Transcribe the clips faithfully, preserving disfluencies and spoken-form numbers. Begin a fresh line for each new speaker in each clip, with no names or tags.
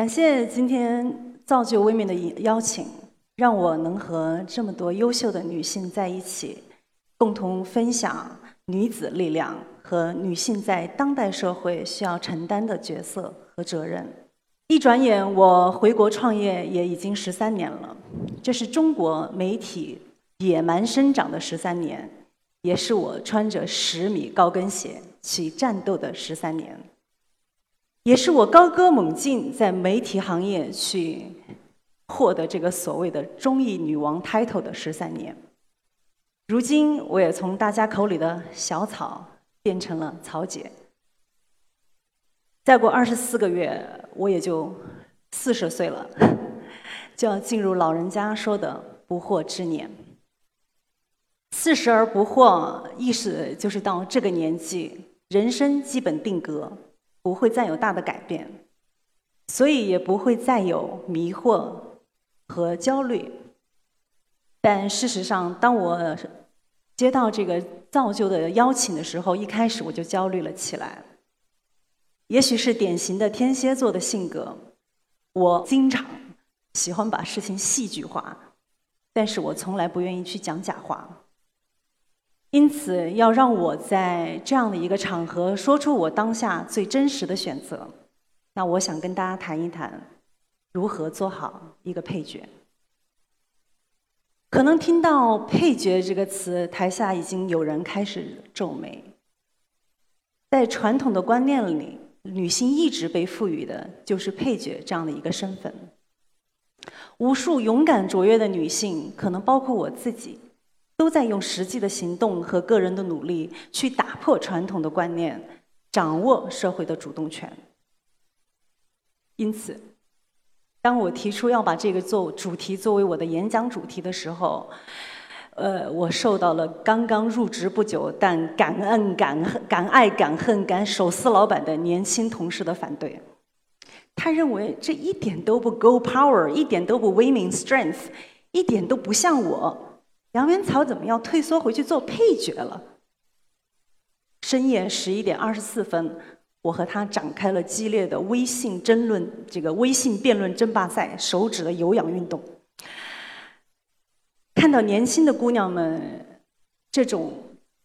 感谢今天造就微面的邀请，让我能和这么多优秀的女性在一起，共同分享女子力量和女性在当代社会需要承担的角色和责任。一转眼，我回国创业也已经十三年了，这是中国媒体野蛮生长的十三年，也是我穿着十米高跟鞋去战斗的十三年。也是我高歌猛进在媒体行业去获得这个所谓的综艺女王 title 的十三年。如今我也从大家口里的小草变成了草姐。再过二十四个月，我也就四十岁了，就要进入老人家说的不惑之年。四十而不惑，意思就是到这个年纪，人生基本定格。不会再有大的改变，所以也不会再有迷惑和焦虑。但事实上，当我接到这个造就的邀请的时候，一开始我就焦虑了起来。也许是典型的天蝎座的性格，我经常喜欢把事情戏剧化，但是我从来不愿意去讲假话。因此，要让我在这样的一个场合说出我当下最真实的选择，那我想跟大家谈一谈如何做好一个配角。可能听到“配角”这个词，台下已经有人开始皱眉。在传统的观念里，女性一直被赋予的就是配角这样的一个身份。无数勇敢卓越的女性，可能包括我自己，都在用实际的行动和个人的努力去打破传统的观念，掌握社会的主动权。因此，当我提出要把这个做主题作为我的演讲主题的时候，呃，我受到了刚刚入职不久但敢恩敢恨、敢爱敢恨、敢手撕老板的年轻同事的反对。他认为这一点都不 go power， 一点都不 women strength， 一点都不像我。杨元草怎么要退缩回去做配角了？深夜十一点二十四分，我和他展开了激烈的微信争论，这个微信辩论争霸赛，手指的有氧运动。看到年轻的姑娘们这种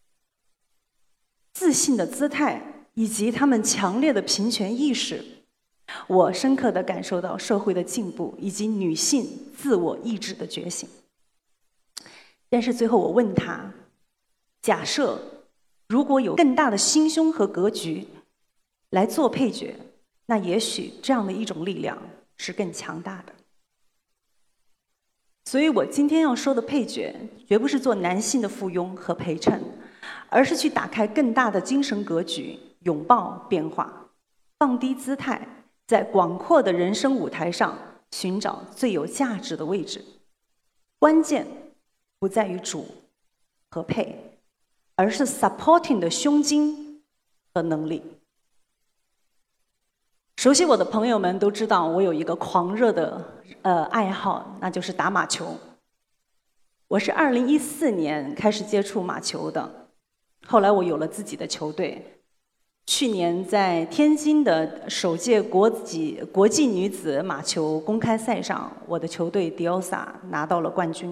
自信的姿态，以及她们强烈的平权意识，我深刻地感受到社会的进步以及女性自我意志的觉醒。但是最后我问他，假设如果有更大的心胸和格局来做配角，那也许这样的一种力量是更强大的。所以我今天要说的配角，绝不是做男性的附庸和陪衬，而是去打开更大的精神格局，拥抱变化，放低姿态，在广阔的人生舞台上寻找最有价值的位置。关键不在于主和配，而是 supporting 的胸襟和能力。熟悉我的朋友们都知道，我有一个狂热的呃爱好，那就是打马球。我是二零一四年开始接触马球的，后来我有了自己的球队。去年在天津的首届国际国际女子马球公开赛上，我的球队迪奥萨拿到了冠军。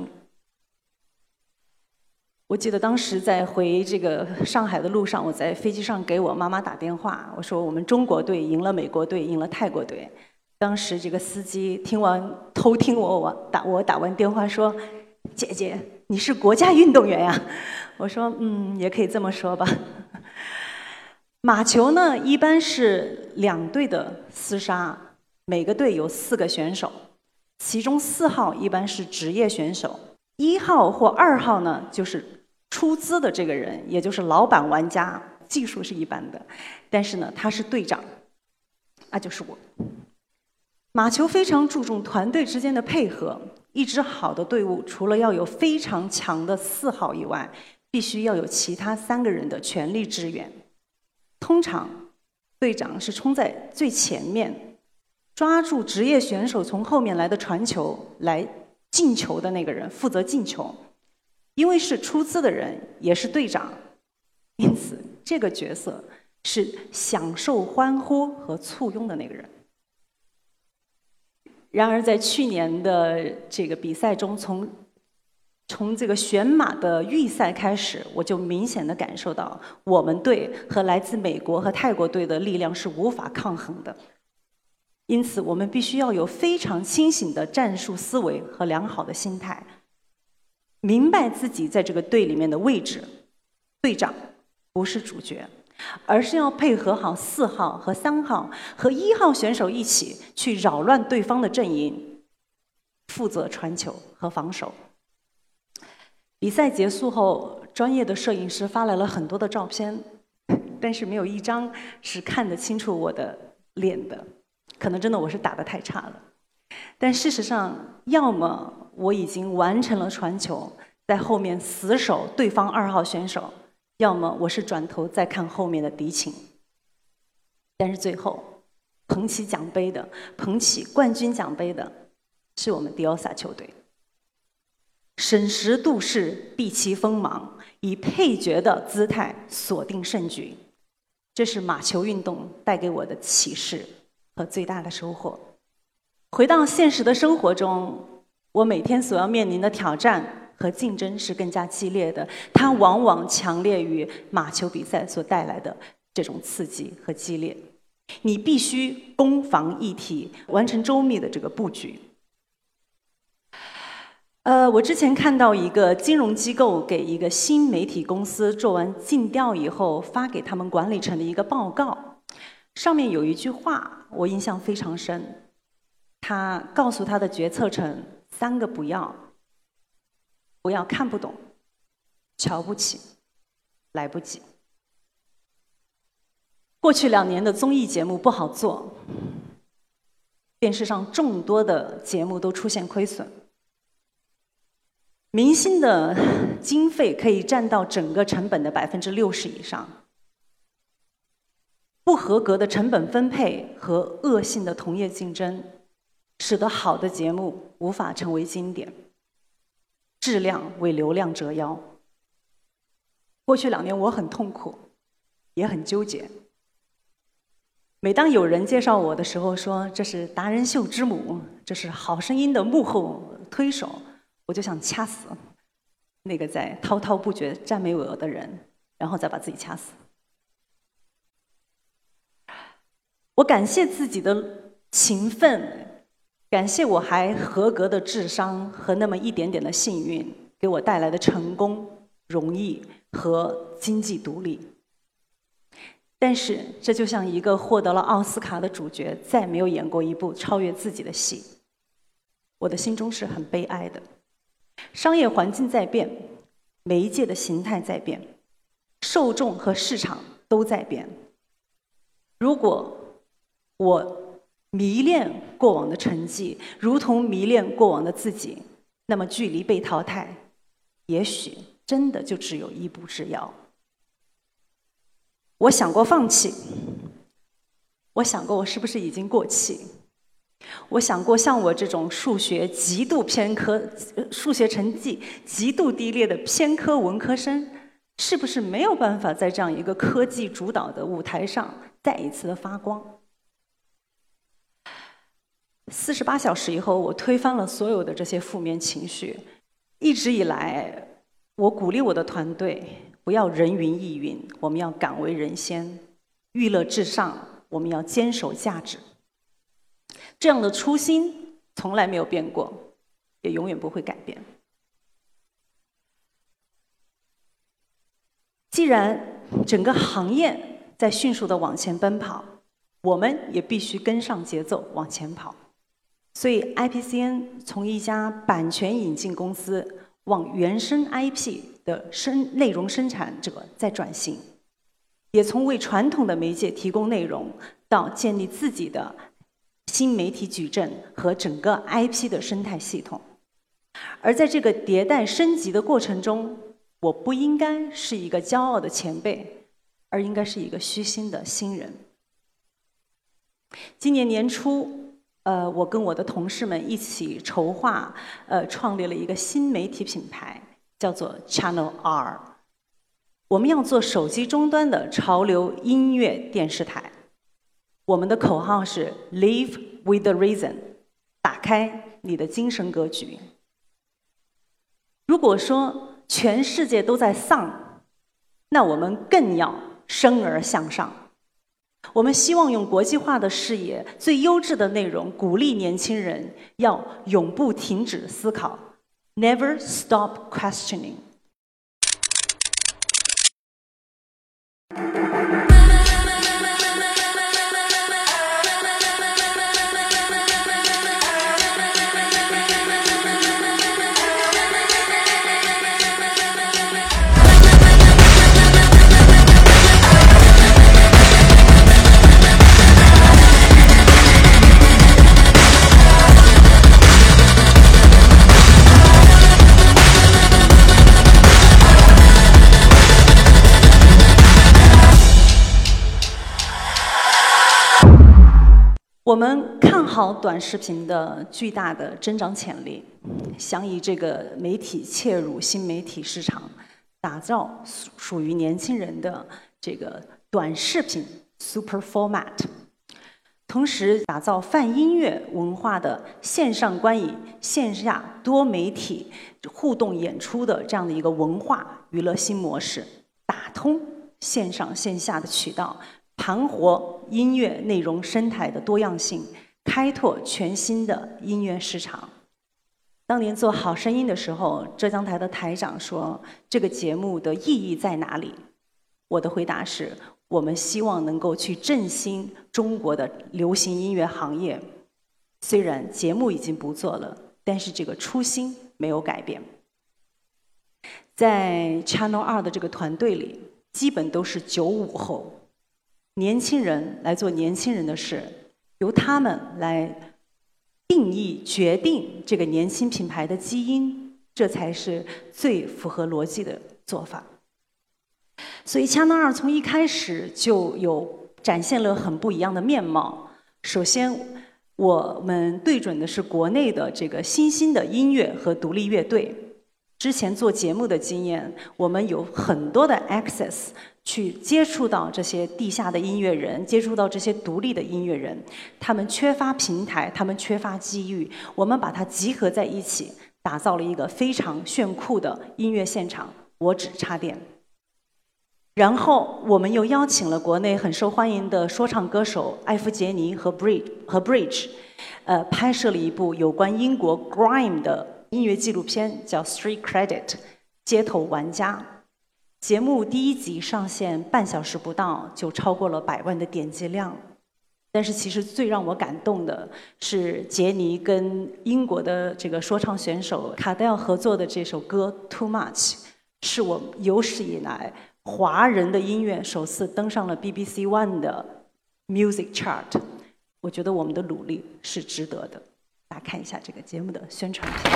我记得当时在回这个上海的路上，我在飞机上给我妈妈打电话，我说我们中国队赢了美国队，赢了泰国队。当时这个司机听完偷听我我打我打完电话说：“姐姐，你是国家运动员呀？”我说：“嗯，也可以这么说吧。”马球呢，一般是两队的厮杀，每个队有四个选手，其中四号一般是职业选手，一号或二号呢就是出资的这个人，也就是老板玩家，技术是一般的，但是呢他是队长，那就是我。马球非常注重团队之间的配合，一支好的队伍除了要有非常强的四号以外，必须要有其他三个人的全力支援。通常队长是冲在最前面，抓住职业选手从后面来的传球来进球的那个人负责进球，因为是出资的人，也是队长，因此这个角色是享受欢呼和簇拥的那个人。 然而，在去年的这个比赛中，从从这个选马的预赛开始，我就明显的感受到，我们队和来自美国和泰国队的力量是无法抗衡的。因此，我们必须要有非常清醒的战术思维和良好的心态，明白自己在这个队里面的位置。队长不是主角，而是要配合好四号和三号和一号选手一起去扰乱对方的阵营，负责传球和防守。比赛结束后，专业的摄影师发来了很多的照片，但是没有一张是看得清楚我的脸的，可能真的我是打得太差了。但事实上，要么我已经完成了传球，在后面死守对方二号选手，要么我是转头在看后面的敌情。但是最后，捧起奖杯的、捧起冠军奖杯的，是我们迪奥萨球队。审时度势，避其锋芒，以配角的姿态锁定胜局，这是马球运动带给我的启示和最大的收获。回到现实的生活中，我每天所要面临的挑战和竞争是更加激烈的，它往往强烈于马球比赛所带来的这种刺激和激烈。你必须攻防一体，完成周密的这个布局。呃，我之前看到一个金融机构给一个新媒体公司做完尽调以后，发给他们管理层的一个报告，上面有一句话我印象非常深。他告诉他的决策层三个不要：不要看不懂、瞧不起、来不及。过去两年的综艺节目不好做，电视上众多的节目都出现亏损。明星的经费可以占到整个成本的百分之六十以上，不合格的成本分配和恶性的同业竞争，使得好的节目无法成为经典，质量为流量折腰。过去两年我很痛苦，也很纠结。每当有人介绍我的时候说这是达人秀之母，这是好声音的幕后推手，我就想掐死那个在滔滔不绝赞美我的人，然后再把自己掐死。我感谢自己的勤奋，感谢我还合格的智商和那么一点点的幸运给我带来的成功、荣誉和经济独立。但是这就像一个获得了奥斯卡的主角再没有演过一部超越自己的戏，我的心中是很悲哀的。商业环境在变，媒介的形态在变，受众和市场都在变。如果我迷恋过往的成绩，如同迷恋过往的自己，那么距离被淘汰，也许真的就只有一步之遥。我想过放弃，我想过我是不是已经过气，我想过像我这种数学极度偏科、数学成绩极度低劣的偏科文科生，是不是没有办法在这样一个科技主导的舞台上再一次的发光？四十八小时以后，我推翻了所有的这些负面情绪。一直以来，我鼓励我的团队不要人云亦云，我们要敢为人先，娱乐至上，我们要坚守价值。这样的初心从来没有变过，也永远不会改变。既然整个行业在迅速的往前奔跑，我们也必须跟上节奏往前跑。所以 I P C N 从一家版权引进公司往原生 I P 的生内容生产者在转型，也从为传统的媒介提供内容到建立自己的新媒体矩阵和整个 I P 的生态系统。而在这个迭代升级的过程中，我不应该是一个骄傲的前辈，而应该是一个虚心的新人。今年年初，呃，我跟我的同事们一起筹划，呃，创立了一个新媒体品牌，叫做 Channel R。我们要做手机终端的潮流音乐电视台。我们的口号是 Live with a reason， 打开你的精神格局。如果说全世界都在丧，那我们更要生而向上。我们希望用国际化的视野、最优质的内容，鼓励年轻人要永不停止思考 ，Never stop questioning。我们看好短视频的巨大的增长潜力，想以这个媒体切入新媒体市场，打造属于年轻人的这个短视频 super format， 同时打造泛音乐文化的线上观影、线下多媒体互动演出的这样的一个文化娱乐新模式，打通线上线下的渠道。盘活音乐内容生态的多样性，开拓全新的音乐市场。当年做《好声音》的时候，浙江台的台长说：“这个节目的意义在哪里？”我的回答是：我们希望能够去振兴中国的流行音乐行业。虽然节目已经不做了，但是这个初心没有改变。在 Channel 二的这个团队里，基本都是九五后。年轻人来做年轻人的事，由他们来定义、决定这个年轻品牌的基因，这才是最符合逻辑的做法。所以，Channel 二从一开始就有展现了很不一样的面貌。首先，我们对准的是国内的这个新兴的音乐和独立乐队。之前做节目的经验，我们有很多的 access。去接触到这些地下的音乐人，接触到这些独立的音乐人，他们缺乏平台，他们缺乏机遇，我们把它集合在一起，打造了一个非常炫酷的音乐现场。我只插电。然后我们又邀请了国内很受欢迎的说唱歌手艾弗杰尼和 Bridge 和 Bridge， 呃，拍摄了一部有关英国 Grime 的音乐纪录片，叫《Street Credit》，街头玩家。节目第一集上线半小时不到，就超过了百万的点击量。但是其实最让我感动的是杰尼跟英国的这个说唱选手卡戴尔合作的这首歌《Too Much》，是我有史以来华人的音乐首次登上了 B B C One 的 Music Chart。我觉得我们的努力是值得的。大家看一下这个节目的宣传片。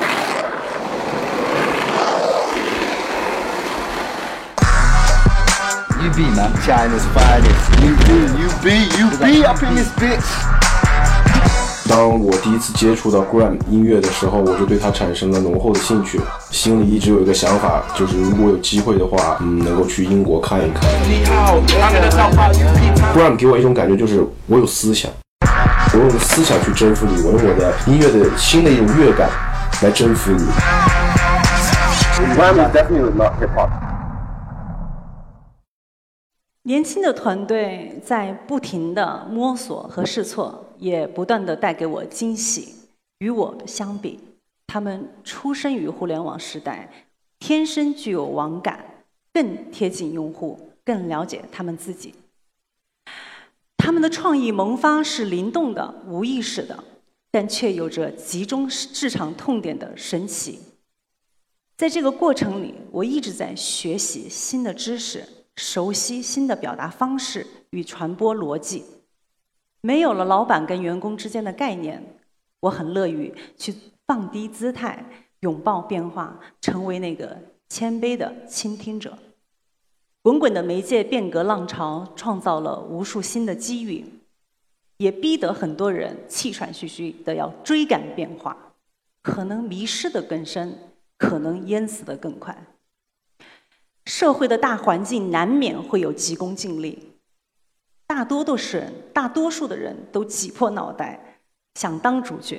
U B man, China's finest.
U B, U B, U B up in this bitch.
当我第一次接触到 Grime 音乐的时候，我就对它产生了浓厚的兴趣，心里一直有一个想法，就是如果有机会的话，嗯，能够去英国看一看。Grime 给我一种感觉，就是我有思想，我用思想去征服你，我用我的音乐的新的一种乐感来征服你。
Grime is definitely not hip hop.
年轻的团队在不停的摸索和试错，也不断的带给我惊喜。与我相比，他们出生于互联网时代，天生具有网感，更贴近用户，更了解他们自己。他们的创意萌发是灵动的、无意识的，但却有着集中市场痛点的神奇。在这个过程里，我一直在学习新的知识，熟悉新的表达方式与传播逻辑。没有了老板跟员工之间的概念，我很乐于去放低姿态，拥抱变化，成为那个谦卑的倾听者。滚滚的媒介变革浪潮创造了无数新的机遇，也逼得很多人气喘吁吁的要追赶变化，可能迷失的更深，可能淹死的更快。社会的大环境难免会有急功近利，大多都是人，大多数的人都挤破脑袋想当主角，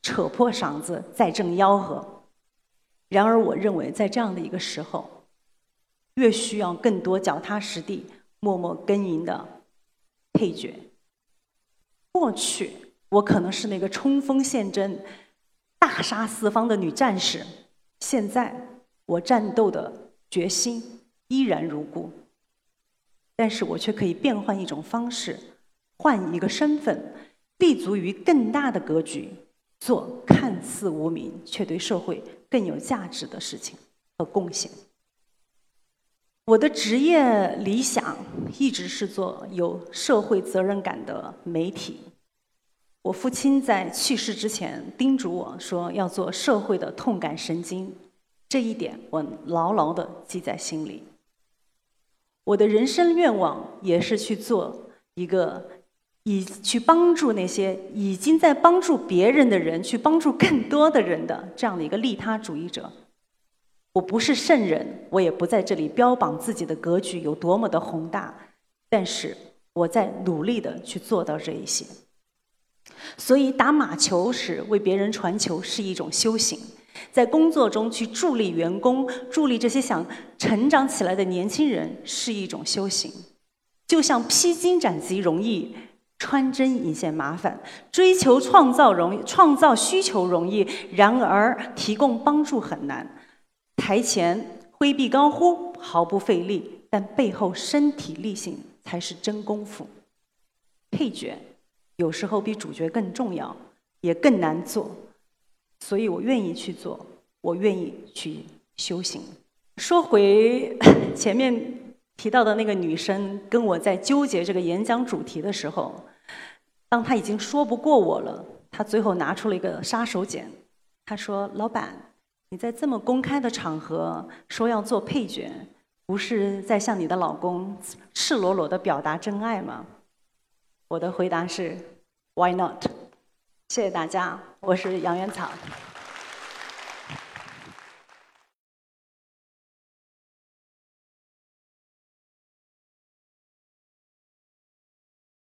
扯破嗓子再正吆喝。然而，我认为在这样的一个时候，越需要更多脚踏实地、默默耕耘的配角。过去，我可能是那个冲锋陷阵、大杀四方的女战士，现在我战斗的决心依然如故，但是我却可以变换一种方式，换一个身份，立足于更大的格局，做看似无名却对社会更有价值的事情和贡献。我的职业理想一直是做有社会责任感的媒体。我父亲在去世之前叮嘱我说要做社会的痛感神经，这一点我牢牢地记在心里。我的人生愿望也是去做一个以去帮助那些已经在帮助别人的人，去帮助更多的人的这样的一个利他主义者。我不是圣人，我也不在这里标榜自己的格局有多么的宏大，但是我在努力的去做到这一些。所以打马球时为别人传球是一种修行，在工作中去助力员工、助力这些想成长起来的年轻人是一种修行。就像披荆斩棘容易，穿针引线麻烦，追求创造容易，创造需求容易，然而提供帮助很难。台前挥臂高呼毫不费力，但背后身体力行才是真功夫。配角有时候比主角更重要，也更难做，所以我愿意去做，我愿意去修行。说回前面提到的那个女生跟我在纠结这个演讲主题的时候，当她已经说不过我了，她最后拿出了一个杀手锏，她说：“老板，你在这么公开的场合说要做配角，不是在向你的老公赤裸裸地表达真爱吗？”我的回答是 Why not？ 谢谢大家，我是杨元草。